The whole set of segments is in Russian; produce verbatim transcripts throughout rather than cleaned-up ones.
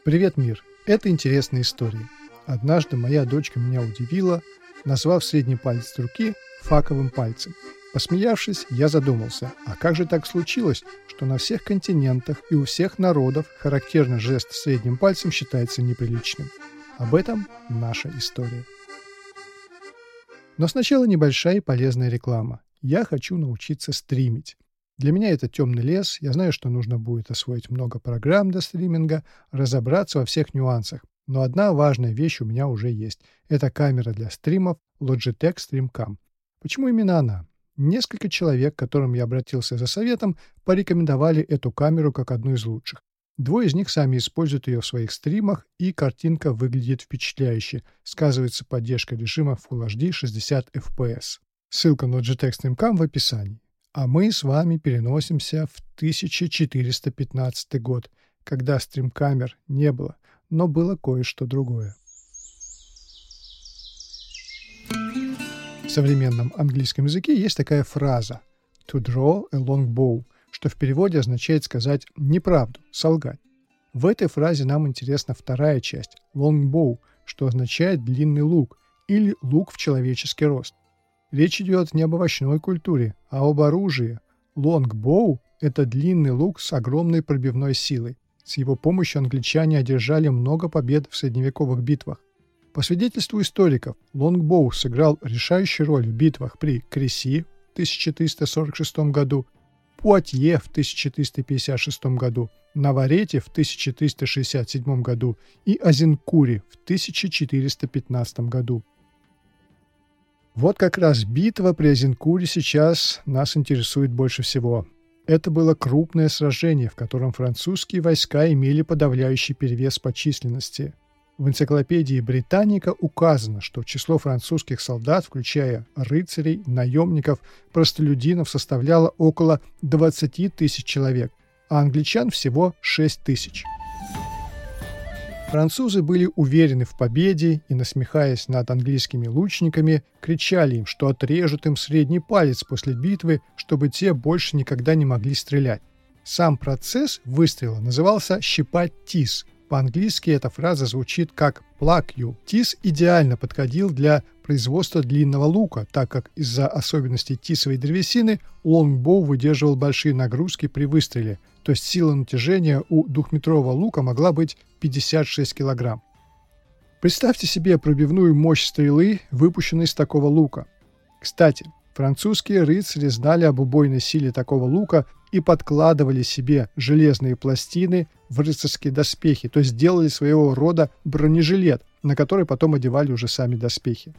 Привет, мир! Это интересная история. Однажды моя дочка меня удивила, назвав средний палец руки факовым пальцем. Посмеявшись, я задумался, а как же так случилось, что на всех континентах и у всех народов характерный жест средним пальцем считается неприличным? Об этом наша история. Но сначала небольшая и полезная реклама. Я хочу научиться стримить. Для меня это темный лес, я знаю, что нужно будет освоить много программ для стриминга, разобраться во всех нюансах. Но одна важная вещь у меня уже есть. Это камера для стримов Logitech StreamCam. Почему именно она? Несколько человек, к которым я обратился за советом, порекомендовали эту камеру как одну из лучших. Двое из них сами используют ее в своих стримах, и картинка выглядит впечатляюще. Сказывается поддержка режима Full эйч ди шестьдесят эф пи эс. Ссылка на Logitech StreamCam в описании. А мы с вами переносимся в тысяча четыреста пятнадцатый год, когда стримкамер не было, но было кое-что другое. В современном английском языке есть такая фраза «to draw a long bow», что в переводе означает сказать неправду, солгать. В этой фразе нам интересна вторая часть «long bow», что означает длинный лук или лук в человеческий рост. Речь идет не об овощной культуре, а об оружии. Longbow – это длинный лук с огромной пробивной силой. С его помощью англичане одержали много побед в средневековых битвах. По свидетельству историков, Longbow сыграл решающую роль в битвах при Креси в тысяча триста сорок шестом году, Пуатье в тысяча триста пятьдесят шестом году, Наварете в тысяча триста шестьдесят седьмом году и Азинкуре в тысяча четыреста пятнадцатом году. Вот как раз битва при Азинкуре сейчас нас интересует больше всего. Это было крупное сражение, в котором французские войска имели подавляющий перевес по численности. В энциклопедии Британика указано, что число французских солдат, включая рыцарей, наемников, простолюдинов, составляло около двадцать тысяч человек, а англичан всего шесть тысяч. Французы были уверены в победе и, насмехаясь над английскими лучниками, кричали им, что отрежут им средний палец после битвы, чтобы те больше никогда не могли стрелять. Сам процесс выстрела назывался «щипать тис». По-английски эта фраза звучит как «pluck you». Тис идеально подходил для производства длинного лука, так как из-за особенностей тисовой древесины лонгбоу выдерживал большие нагрузки при выстреле, то есть сила натяжения у двухметрового лука могла быть пятьдесят шесть килограмм. Представьте себе пробивную мощь стрелы, выпущенной из такого лука. Кстати, французские рыцари знали об убойной силе такого лука и подкладывали себе железные пластины в рыцарские доспехи, то есть делали своего рода бронежилет, на который потом одевали уже сами доспехи.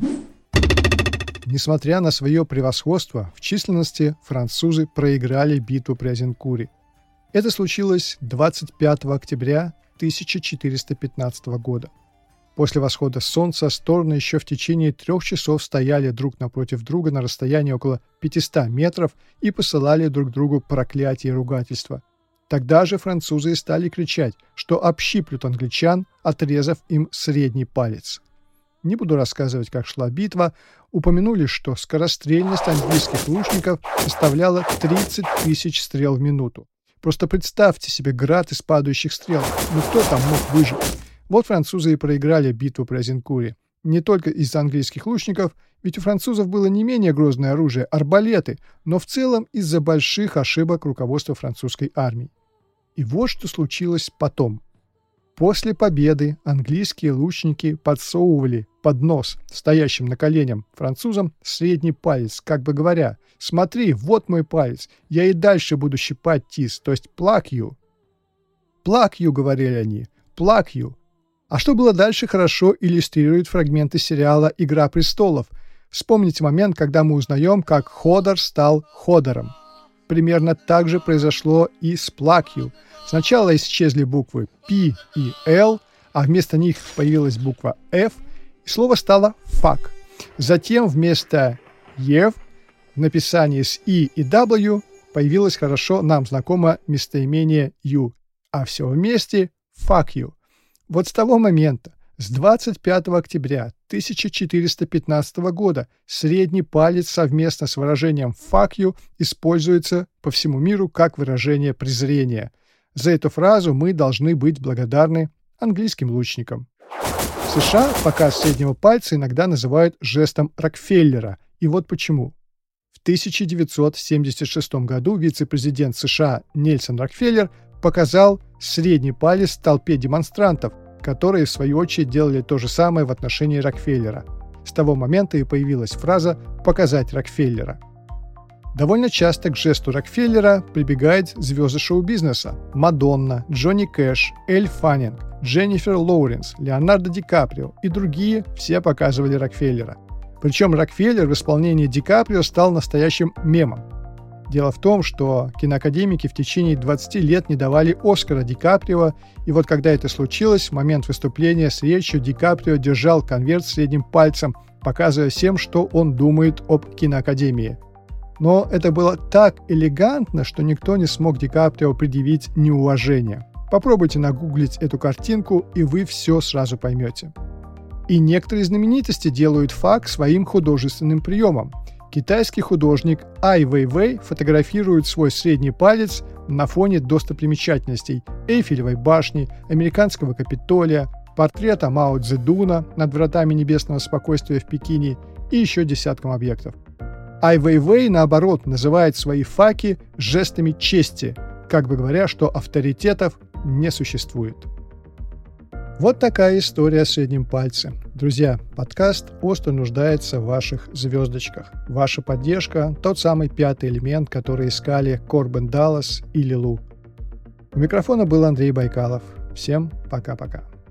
Несмотря на свое превосходство в численности, французы проиграли битву при Азинкуре. Это случилось двадцать пятого октября тысяча четыреста пятнадцатого года. После восхода солнца стороны еще в течение трех часов стояли друг напротив друга на расстоянии около пятисот метров и посылали друг другу проклятия и ругательства. Тогда же французы стали кричать, что общиплют англичан, отрезав им средний палец. Не буду рассказывать, как шла битва. Упомянули, что скорострельность английских лучников составляла тридцать тысяч стрел в минуту. Просто представьте себе град из падающих стрел. Ну кто там мог выжить? Вот французы и проиграли битву при Азинкуре. Не только из-за английских лучников, ведь у французов было не менее грозное оружие – арбалеты, но в целом из-за больших ошибок руководства французской армии. И вот что случилось потом. После победы английские лучники подсовывали под нос стоящим на коленям французам средний палец, как бы говоря: «Смотри, вот мой палец, я и дальше буду щипать тис, то есть pluck you». «Pluck you», — говорили они, «pluck you». А что было дальше, хорошо иллюстрирует фрагменты сериала «Игра престолов». Вспомните момент, когда мы узнаем, как Ходор стал Ходором. Примерно так же произошло и с pluck you. Сначала исчезли буквы P и L, а вместо них появилась буква F, и слово стало fuck. Затем вместо Ev в написании с I и W появилось хорошо нам знакомое местоимение you, а все вместе fuck you. Вот с того момента, с двадцать пятого октября тысяча четыреста пятнадцатого года, средний палец совместно с выражением fuck you используется по всему миру как выражение презрения. За эту фразу мы должны быть благодарны английским лучником. В США показ среднего пальца иногда называют жестом Рокфеллера, и вот почему. В тысяча девятьсот семьдесят шестом году вице-президент США Нельсон Рокфеллер показал средний палец толпе демонстрантов, которые в свою очередь делали то же самое в отношении Рокфеллера. С того момента и появилась фраза «показать Рокфеллера». Довольно часто к жесту Рокфеллера прибегают звезды шоу-бизнеса: Мадонна, Джонни Кэш, Эль Фаннинг, Дженнифер Лоуренс, Леонардо Ди Каприо и другие все показывали Рокфеллера. Причем Рокфеллер в исполнении Ди Каприо стал настоящим мемом. Дело в том, что киноакадемики в течение двадцати лет не давали Оскара Ди Каприо, и вот когда это случилось, в момент выступления с речью Ди Каприо держал конверт средним пальцем, показывая всем, что он думает об киноакадемии. Но это было так элегантно, что никто не смог Ди Каприо предъявить неуважение. Попробуйте нагуглить эту картинку, и вы все сразу поймете. И некоторые знаменитости делают факт своим художественным приемом. Китайский художник Ай Вейвей фотографирует свой средний палец на фоне достопримечательностей Эйфелевой башни, американского Капитолия, портрета Мао Цзэдуна над вратами небесного спокойствия в Пекине и еще десятком объектов. Ай Вейвей, наоборот, называет свои факи жестами чести, как бы говоря, что авторитетов не существует. Вот такая история о среднем пальце. Друзья, подкаст остро нуждается в ваших звездочках. Ваша поддержка – тот самый пятый элемент, который искали Корбен Даллас и Лилу. У микрофона был Андрей Байкалов. Всем пока-пока.